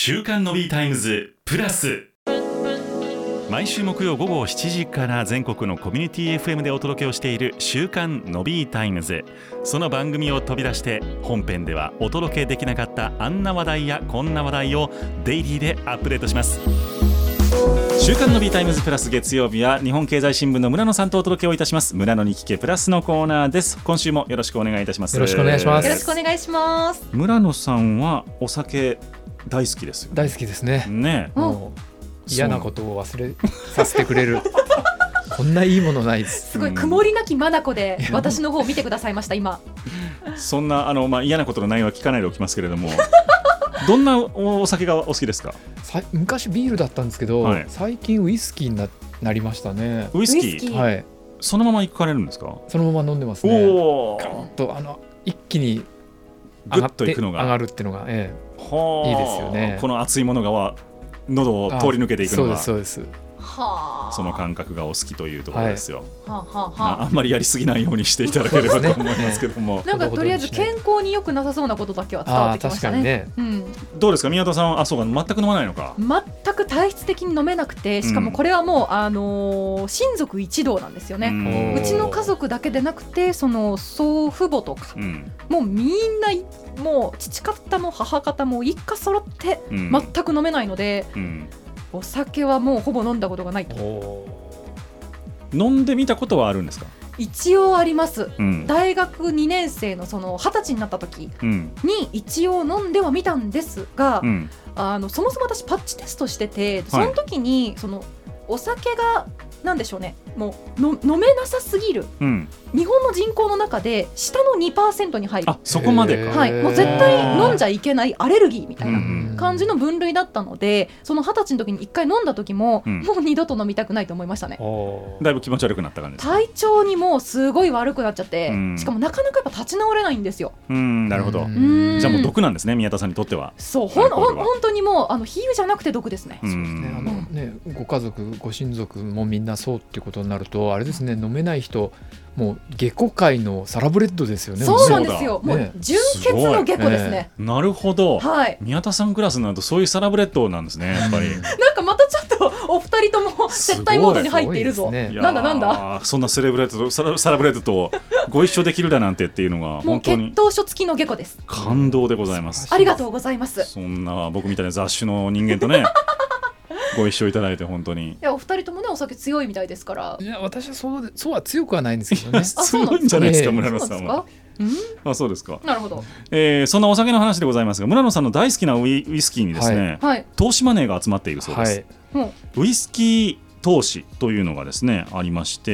週刊の B タイムズプラス、毎週木曜午後7時から全国のコミュニティ FM でお届けをしている週刊の B タイムズ。その番組を飛び出して本編ではお届けできなかったあんな話題やこんな話題をデイリーでアップデートします。週刊の B タイムズプラス、月曜日は日本経済新聞の村野さんとお届けをいたします。村野に聞けプラスのコーナーです。今週もよろしくお願いいたします。 よろしくお願いします。 よろしくお願いします。 村野さんはお酒大好きですよね。 大好きですね。 もう嫌なことを忘れさせてくれるこんないいものないです。 すごい曇りなき眼で私の方を見てくださいました今。 そんな嫌なことの内容は聞かないでおきますけれどもどんなお酒がお好きですか？ 昔ビールだったんですけど、はい、最近ウイスキーに なりましたね。 ウイスキー、 はい、 そのまま行かれるんですか？ そのまま飲んでますね。ガンと一気にグッといくのが上がるっていうのが、いいですよね。 この熱いものが喉を通り抜けていくのが、 そうですその感覚がお好きというところですよ。 あんまりやりすぎないようにしていただければと思いますけども、 なんかとりあえず健康に良くなさそうなことだけは伝わってきましたね。 どうですか宮田さんは？そうか、全く飲まないのか？ 全く体質的に飲めなくて、しかもこれはもう、親族一同なんですよね。うちの家族だけでなくて、その祖父母とか、もうみんなもう父方も母方も一家揃って全く飲めないので、お酒はもうほぼ飲んだことがないと。 飲んでみたことはあるんですか？ 一応あります、大学2年生の20歳になった時に一応飲んではみたんですが、そもそも私パッチテストしてて、その時にそのお酒がなんでしょうね、もう飲めなさすぎる、日本の人口の中で下の 2% に入る。 そこまでか。 はい、もう絶対飲んじゃいけないアレルギーみたいな感じの分類だったので、その20歳の時に1回飲んだ時も、もう二度と飲みたくないと思いましたね。 だいぶ気持ち悪くなった感じですか？ 体調にもすごい悪くなっちゃって、しかもなかなかやっぱ立ち直れないんですよ。 なるほど。じゃあもう毒なんですね、宮田さんにとっては。 そう、本当にもう比喩じゃなくて毒ですね。 そうですね。ご家族ご親族もみんなそうっていうことになると、あれですね、飲めない人もう下戸界のサラブレッドですよね。 そうなんですよ。もう純血の下戸ですね。 なるほど、 はい、 宮田さんクラスになるとそういうサラブレッドなんですね、やっぱり。 なんかまたちょっとお二人とも接待モードに入っているぞ。なんだそんなサラブレッドとご一緒できるだなんてっていうのが本当にもう血統書付きの下戸です。 感動でございます。 ありがとうございます。 そんな僕みたいな雑種の人間とねご一緒いただいて本当に。 いや、お二人ともねお酒強いみたいですから。 いや、私はそうは強くはないんですけどね。 強いんじゃないですか、村野さんは。そうですか。 なるほど。 そんなお酒の話でございますが、村野さんの大好きなウイスキーにですね、投資マネーが集まっているそうです。ウイスキー投資というのがですねありまして、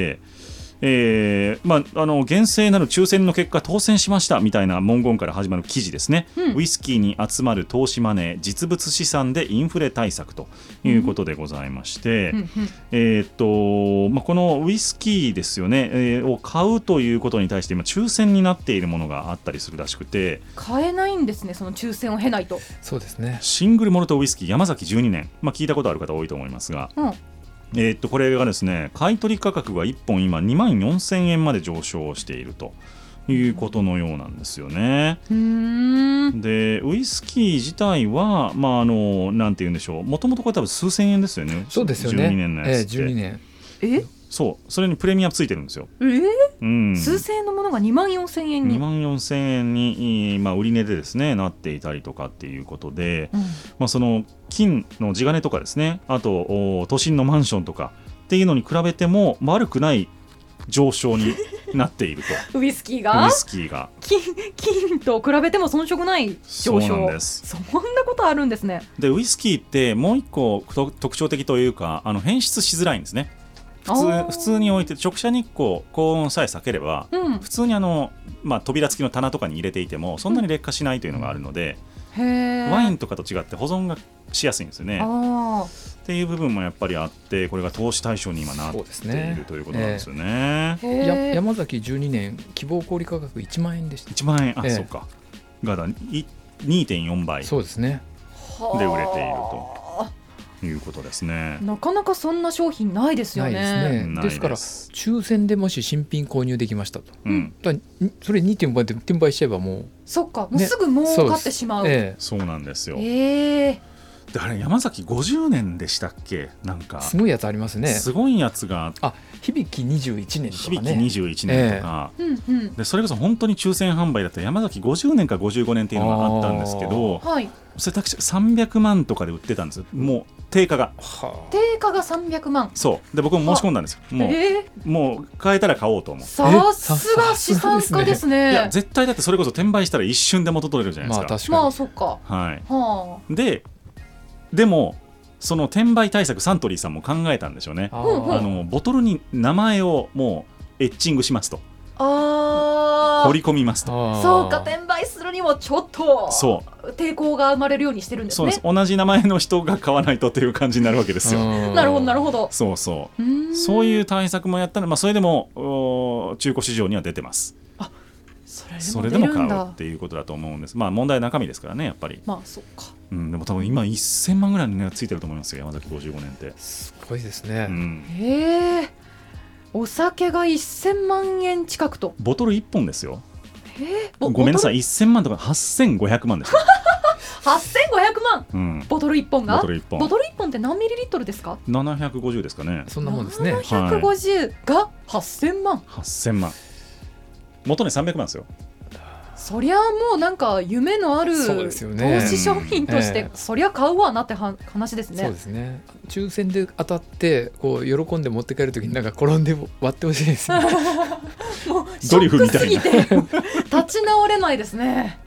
厳正なる抽選の結果当選しましたみたいな文言から始まる記事ですね。ウイスキーに集まる投資マネー、実物資産でインフレ対策ということでございまして、このウイスキーですよね、を買うということに対して今抽選になっているものがあったりするらしくて、 買えないんですね、その抽選を経ないと。 そうですね。 シングルモルトウイスキー山崎12年、聞いたことある方多いと思いますが、これがですね、買取価格が1本今24,000円まで上昇しているということのようなんですよね。でウイスキー自体はなんて言うんでしょう、もともとこれ多分数千円ですよね。 そうですよね。 12年のやつって、 12年。 それにプレミアムついてるんですよ。 数千円のものが24,000円に 24,000円に、売り値でですねなっていたりとかっていうことで、その金の地金とかですね、あと都心のマンションとかっていうのに比べても悪くない上昇になっているとウイスキーが金と比べても遜色ない上昇。 そうなんです。 そんなことあるんですね。 でウイスキーってもう一個特徴的というか、変質しづらいんですね。普通に置いて直射日光高温さえ避ければ、普通に扉付きの棚とかに入れていてもそんなに劣化しないというのがあるので、ワインとかと違って保存がしやすいんですよね。っていう部分もやっぱりあって、これが投資対象に今なっているということなんですよね。 山崎12年希望小売価格1万円でした。 1万円、そうかが 2.4 倍そうですねで売れているということですね。 なかなかそんな商品ないですよね。 ないですね。ですから抽選でもし新品購入できましたと、それ 2.5 倍で転売しちゃえばもうそっか、もうすぐ儲かってしまう。 そうなんですよ。 であれ山崎50年でしたっけ。なんかすごいやつありますね。 すごいやつが響21年とかね。 響21年とか、でそれこそ本当に抽選販売だった山崎50年か55年っていうのがあったんですけど、 はい、 それ確か300万とかで売ってたんですよ。もう定価が 300万。 そうで僕も申し込んだんですよ。もう買えたら買おうと思って。 さすが資産家ですね。 いや絶対だってそれこそ転売したら一瞬で元取れるじゃないですか。 確かに。 まあそっか。 はい。でもその転売対策サントリーさんも考えたんでしょうね。ボトルに名前をもうエッチングしますと。彫り込みますと。 そうか、転売するにもちょっと抵抗が生まれるようにしてるんですね。 そうです。同じ名前の人が買わないとっていう感じになるわけですよ。 なるほどなるほど。 そういう対策もやったら、それでも中古市場には出てます。それでも買うっていうことだと思うんです。問題は中身ですからね、やっぱり。 そうか。 でも多分今1000万ぐらいの値がついてると思いますよ、山崎55年って。 すごいですね。 お酒が1000万円近くと。 ボトル1本ですよ。ごめんなさい、1000万とか8500万ですよ。 8500万、ボトル1本が。ボトル1本って何ミリリットルですか。 750ですかね。 そんなもんですね。 750が8000万。 元値300万ですよ。 そりゃもうなんか夢のある投資商品としてそりゃ買うわなって話ですね。 そうですね。抽選で当たってこう喜んで持って帰るときになんか転んで割ってほしいですね。 もうショックすぎて立ち直れないですね。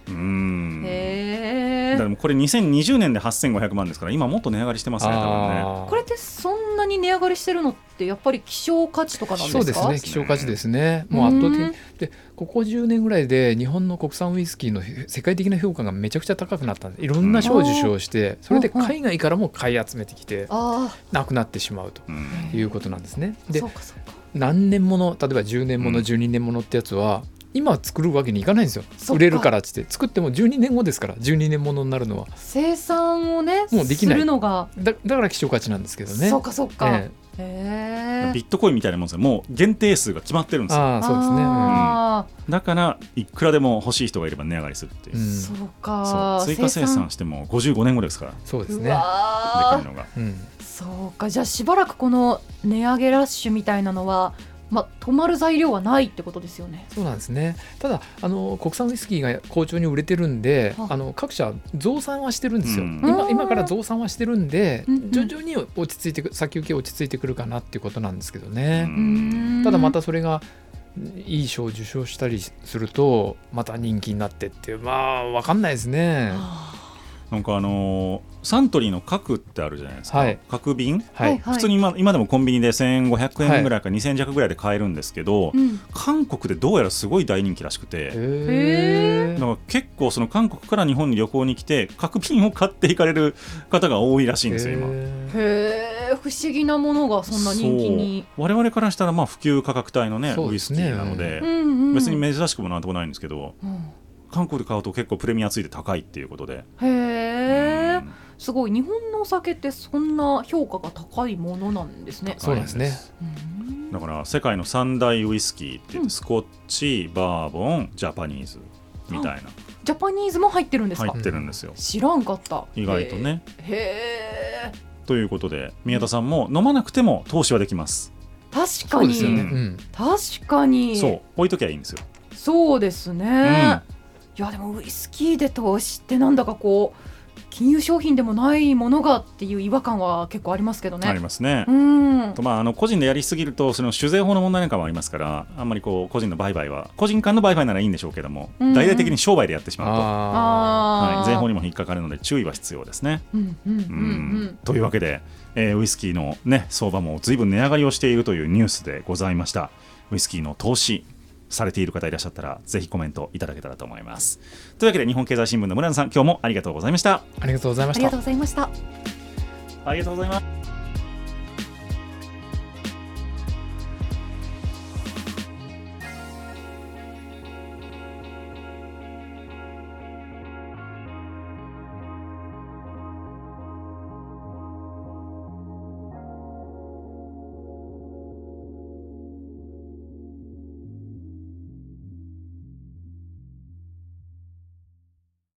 でもこれ2020年で8500万ですから今もっと値上がりしてますね。多分ね。 これってそんなに値上がりしてるのってやっぱり希少価値とかなんですか。 そうですね、希少価値ですね。もう圧倒的でここ10年ぐらいで日本の国産ウイスキーの世界的な評価がめちゃくちゃ高くなったんで、いろんな賞を受賞して、それで海外からも買い集めてきてなくなってしまうということなんですね。で何年もの、例えば10年もの12年ものってやつは今作るわけにいかないんですよ。売れるからって作っても12年後ですから、12年ものになるのは生産をねもうできない、 するのがだから希少価値なんですけどね。 そうかそうか、 ビットコインみたいなもんですよ。もう限定数が決まってるんですよ。 そうですね、 だからいくらでも欲しい人がいれば値上がりするっていう、 そうか。 追加生産しても55年後ですから。 そうですね。 できるのが、 そうか。じゃあしばらくこの値上げラッシュみたいなのは止まる材料はないってことですよね。 そうなんですね。ただ国産ウイスキーが好調に売れてるんで、各社増産はしてるんですよ。今から増産はしてるんで、徐々に落ち着いて先行き落ち着いてくるかなっていうことなんですけどね。ただまたそれがいい賞を受賞したりするとまた人気になってって分かんないですね。 なんかサントリーの角ってあるじゃないですか、角瓶、普通に今でもコンビニで1500円ぐらいか2000円弱ぐらいで買えるんですけど、韓国でどうやらすごい大人気らしくて、だから結構その韓国から日本に旅行に来て角瓶を買っていかれる方が多いらしいんですよ今。 不思議なものがそんな人気に。 我々からしたら普及価格帯のねウイスキーなので、別に珍しくもなんともないんですけど、韓国で買うと結構プレミアついて高いっていうことで。すごい。日本のお酒ってそんな評価が高いものなんですね。 そうですね。 だから世界の三大ウイスキーって言って、スコッチ、バーボン、ジャパニーズみたいな。 ジャパニーズも入ってるんですか。 入ってるんですよ。 知らんかった。 意外とね。ということで宮田さんも飲まなくても投資はできます。 確かに、確かに。 そう置いときゃいいんですよ。 そうですね、いやでもウイスキーで投資ってなんだかこう金融商品でもないものがっていう違和感は結構ありますけどね。 ありますね。個人でやりすぎるとその酒税法の問題なんかもありますから、あんまり個人の売買は個人間の売買ならいいんでしょうけども、大々的に商売でやってしまうと、税法にも引っかかるので注意は必要ですね。というわけで、ウイスキーの、相場も随分値上がりをしているというニュースでございました。ウイスキーの投資されている方いらっしゃったらぜひコメントいただけたらと思います。というわけで日本経済新聞の村野さん、今日もありがとうございました。 ありがとうございました。 ありがとうございました。 ありがとうございます。